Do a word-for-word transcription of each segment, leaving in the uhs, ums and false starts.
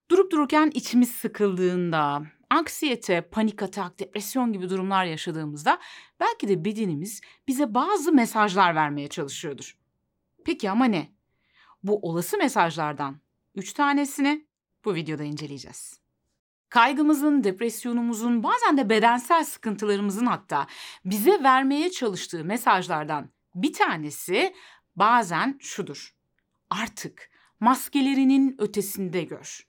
Durup dururken içimiz sıkıldığında, anksiyete, panik atak, depresyon gibi durumlar yaşadığımızda belki de bedenimiz bize bazı mesajlar vermeye çalışıyordur. Peki ama ne? Bu olası mesajlardan üç tanesini bu videoda inceleyeceğiz. Kaygımızın, depresyonumuzun, bazen de bedensel sıkıntılarımızın hatta bize vermeye çalıştığı mesajlardan bir tanesi bazen şudur: artık maskelerinin ötesinde gör.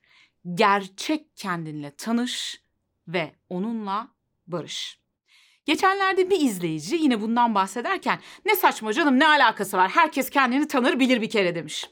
Gerçek kendinle tanış ve onunla barış. Geçenlerde bir izleyici yine bundan bahsederken ne saçma canım, ne alakası var, herkes kendini tanır bilir bir kere demiş.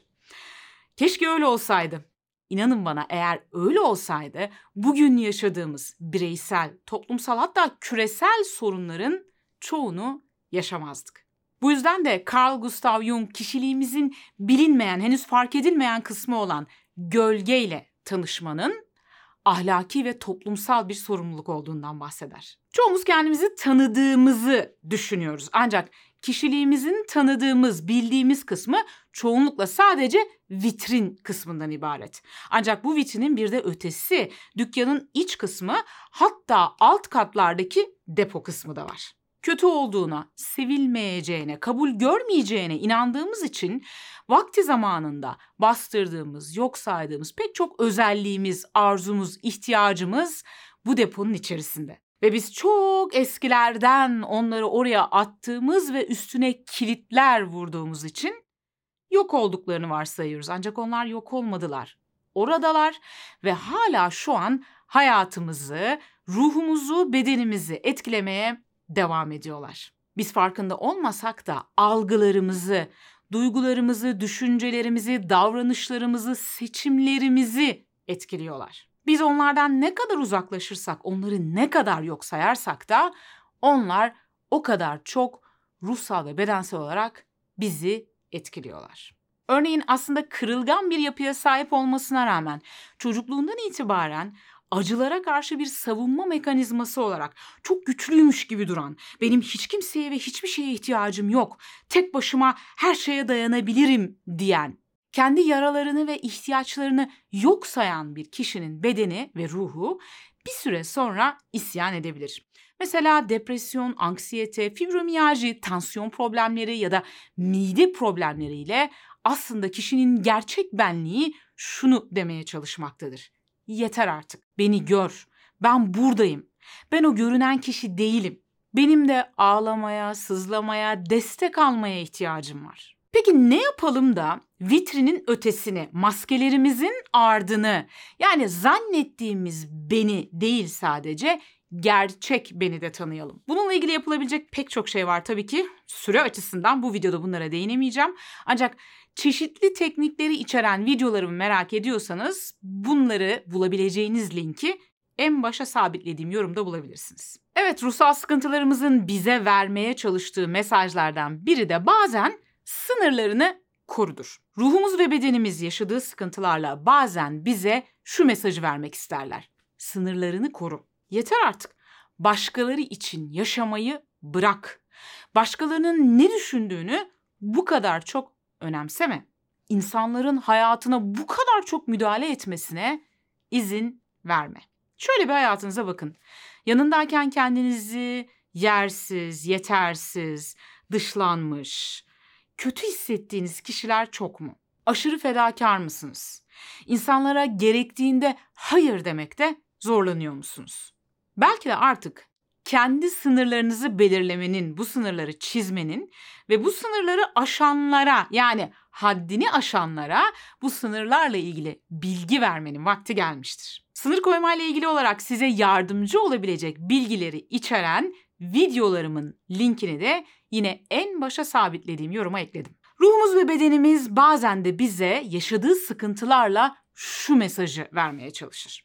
Keşke öyle olsaydı. İnanın bana, eğer öyle olsaydı bugün yaşadığımız bireysel, toplumsal hatta küresel sorunların çoğunu yaşamazdık. Bu yüzden de Carl Gustav Jung kişiliğimizin bilinmeyen, henüz fark edilmeyen kısmı olan gölgeyle tanışmanın ahlaki ve toplumsal bir sorumluluk olduğundan bahseder. Çoğumuz kendimizi tanıdığımızı düşünüyoruz. Ancak kişiliğimizin tanıdığımız, bildiğimiz kısmı çoğunlukla sadece vitrin kısmından ibaret. Ancak bu vitrinin bir de ötesi, dükkanın iç kısmı, hatta alt katlardaki depo kısmı da var. Kötü olduğuna, sevilmeyeceğine, kabul görmeyeceğine inandığımız için vakti zamanında bastırdığımız, yok saydığımız pek çok özelliğimiz, arzumuz, ihtiyacımız bu deponun içerisinde. Ve biz çok eskilerden onları oraya attığımız ve üstüne kilitler vurduğumuz için yok olduklarını varsayıyoruz. Ancak onlar yok olmadılar. Oradalar ve hala şu an hayatımızı, ruhumuzu, bedenimizi etkilemeye devam ediyorlar. Biz farkında olmasak da algılarımızı, duygularımızı, düşüncelerimizi, davranışlarımızı, seçimlerimizi etkiliyorlar. Biz onlardan ne kadar uzaklaşırsak, onları ne kadar yok sayarsak da onlar o kadar çok ruhsal ve bedensel olarak bizi etkiliyorlar. Örneğin aslında kırılgan bir yapıya sahip olmasına rağmen çocukluğundan itibaren acılara karşı bir savunma mekanizması olarak çok güçlüymüş gibi duran, benim hiç kimseye ve hiçbir şeye ihtiyacım yok, tek başıma her şeye dayanabilirim diyen, kendi yaralarını ve ihtiyaçlarını yok sayan bir kişinin bedeni ve ruhu bir süre sonra isyan edebilir. Mesela depresyon, anksiyete, fibromiyalji, tansiyon problemleri ya da mide problemleriyle aslında kişinin gerçek benliği şunu demeye çalışmaktadır: yeter artık, beni gör, ben buradayım, ben o görünen kişi değilim. Benim de ağlamaya, sızlamaya, destek almaya ihtiyacım var. Peki ne yapalım da vitrinin ötesini, maskelerimizin ardını, yani zannettiğimiz beni değil sadece, gerçek beni de tanıyalım? Bununla ilgili yapılabilecek pek çok şey var tabii ki. Süre açısından bu videoda bunlara değinemeyeceğim. Ancak çeşitli teknikleri içeren videolarımı merak ediyorsanız bunları bulabileceğiniz linki en başa sabitlediğim yorumda bulabilirsiniz. Evet, ruhsal sıkıntılarımızın bize vermeye çalıştığı mesajlardan biri de bazen sınırlarını korudur. Ruhumuz ve bedenimiz yaşadığı sıkıntılarla bazen bize şu mesajı vermek isterler: sınırlarını koru. Yeter artık. Başkaları için yaşamayı bırak. Başkalarının ne düşündüğünü bu kadar çok önemseme. İnsanların hayatına bu kadar çok müdahale etmesine izin verme. Şöyle bir hayatınıza bakın. Yanındayken kendinizi yersiz, yetersiz, dışlanmış, kötü hissettiğiniz kişiler çok mu? Aşırı fedakar mısınız? İnsanlara gerektiğinde hayır demekte zorlanıyor musunuz? Belki de artık kendi sınırlarınızı belirlemenin, bu sınırları çizmenin ve bu sınırları aşanlara, yani haddini aşanlara bu sınırlarla ilgili bilgi vermenin vakti gelmiştir. Sınır koymayla ilgili olarak size yardımcı olabilecek bilgileri içeren videolarımın linkini de yine en başa sabitlediğim yoruma ekledim. Ruhumuz ve bedenimiz bazen de bize yaşadığı sıkıntılarla şu mesajı vermeye çalışır: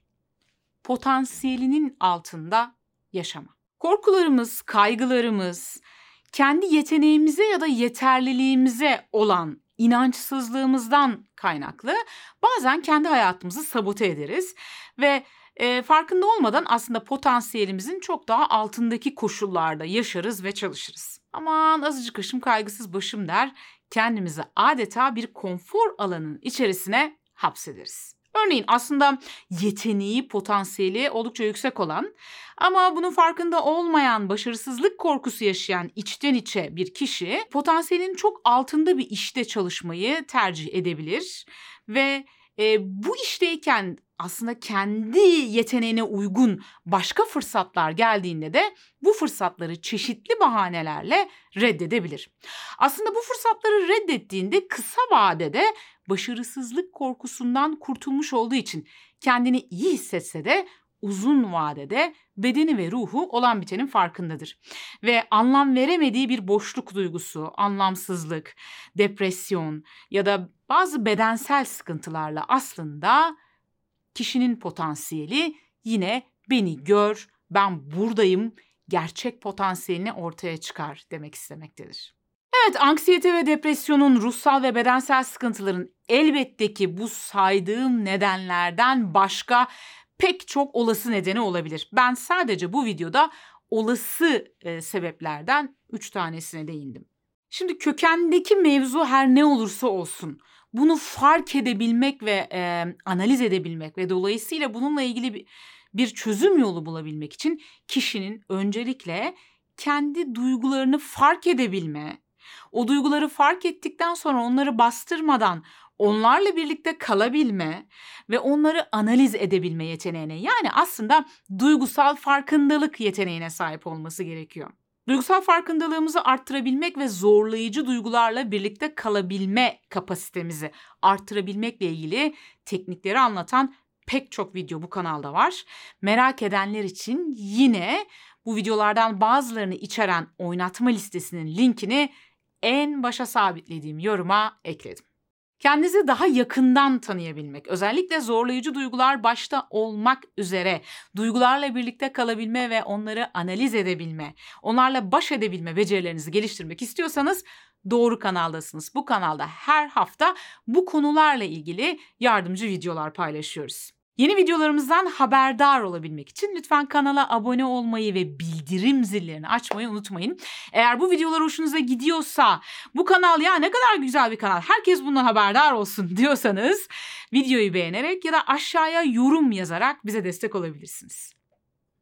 potansiyelinin altında yaşama. Korkularımız, kaygılarımız, kendi yeteneğimize ya da yeterliliğimize olan inançsızlığımızdan kaynaklı bazen kendi hayatımızı sabote ederiz ve e, farkında olmadan aslında potansiyelimizin çok daha altındaki koşullarda yaşarız ve çalışırız. Aman azıcık aşım kaygısız başım der, kendimizi adeta bir konfor alanının içerisine hapsederiz. Örneğin aslında yeteneği, potansiyeli oldukça yüksek olan ama bunun farkında olmayan, başarısızlık korkusu yaşayan içten içe bir kişi potansiyelin çok altında bir işte çalışmayı tercih edebilir ve e, bu işteyken aslında kendi yeteneğine uygun başka fırsatlar geldiğinde de bu fırsatları çeşitli bahanelerle reddedebilir. Aslında bu fırsatları reddettiğinde kısa vadede başarısızlık korkusundan kurtulmuş olduğu için kendini iyi hissetse de uzun vadede bedeni ve ruhu olan bitenin farkındadır. Ve anlam veremediği bir boşluk duygusu, anlamsızlık, depresyon ya da bazı bedensel sıkıntılarla aslında kişinin potansiyeli yine beni gör, ben buradayım, gerçek potansiyelini ortaya çıkar demek istemektedir. Evet, anksiyete ve depresyonun, ruhsal ve bedensel sıkıntıların elbette ki bu saydığım nedenlerden başka pek çok olası nedeni olabilir. Ben sadece bu videoda olası e, sebeplerden üç tanesine değindim. Şimdi kökendeki mevzu her ne olursa olsun, bunu fark edebilmek ve e, analiz edebilmek ve dolayısıyla bununla ilgili bir, bir çözüm yolu bulabilmek için kişinin öncelikle kendi duygularını fark edebilme, o duyguları fark ettikten sonra onları bastırmadan onlarla birlikte kalabilme ve onları analiz edebilme yeteneğine, yani aslında duygusal farkındalık yeteneğine sahip olması gerekiyor. Duygusal farkındalığımızı arttırabilmek ve zorlayıcı duygularla birlikte kalabilme kapasitemizi arttırabilmekle ilgili teknikleri anlatan pek çok video bu kanalda var. Merak edenler için yine bu videolardan bazılarını içeren oynatma listesinin linkini en başa sabitlediğim yoruma ekledim. Kendinizi daha yakından tanıyabilmek, özellikle zorlayıcı duygular başta olmak üzere duygularla birlikte kalabilme ve onları analiz edebilme, onlarla baş edebilme becerilerinizi geliştirmek istiyorsanız doğru kanaldasınız. Bu kanalda her hafta bu konularla ilgili yardımcı videolar paylaşıyoruz. Yeni videolarımızdan haberdar olabilmek için lütfen kanala abone olmayı ve bildirim zillerini açmayı unutmayın. Eğer bu videolar hoşunuza gidiyorsa, bu kanal ya ne kadar güzel bir kanal, herkes bundan haberdar olsun diyorsanız videoyu beğenerek ya da aşağıya yorum yazarak bize destek olabilirsiniz.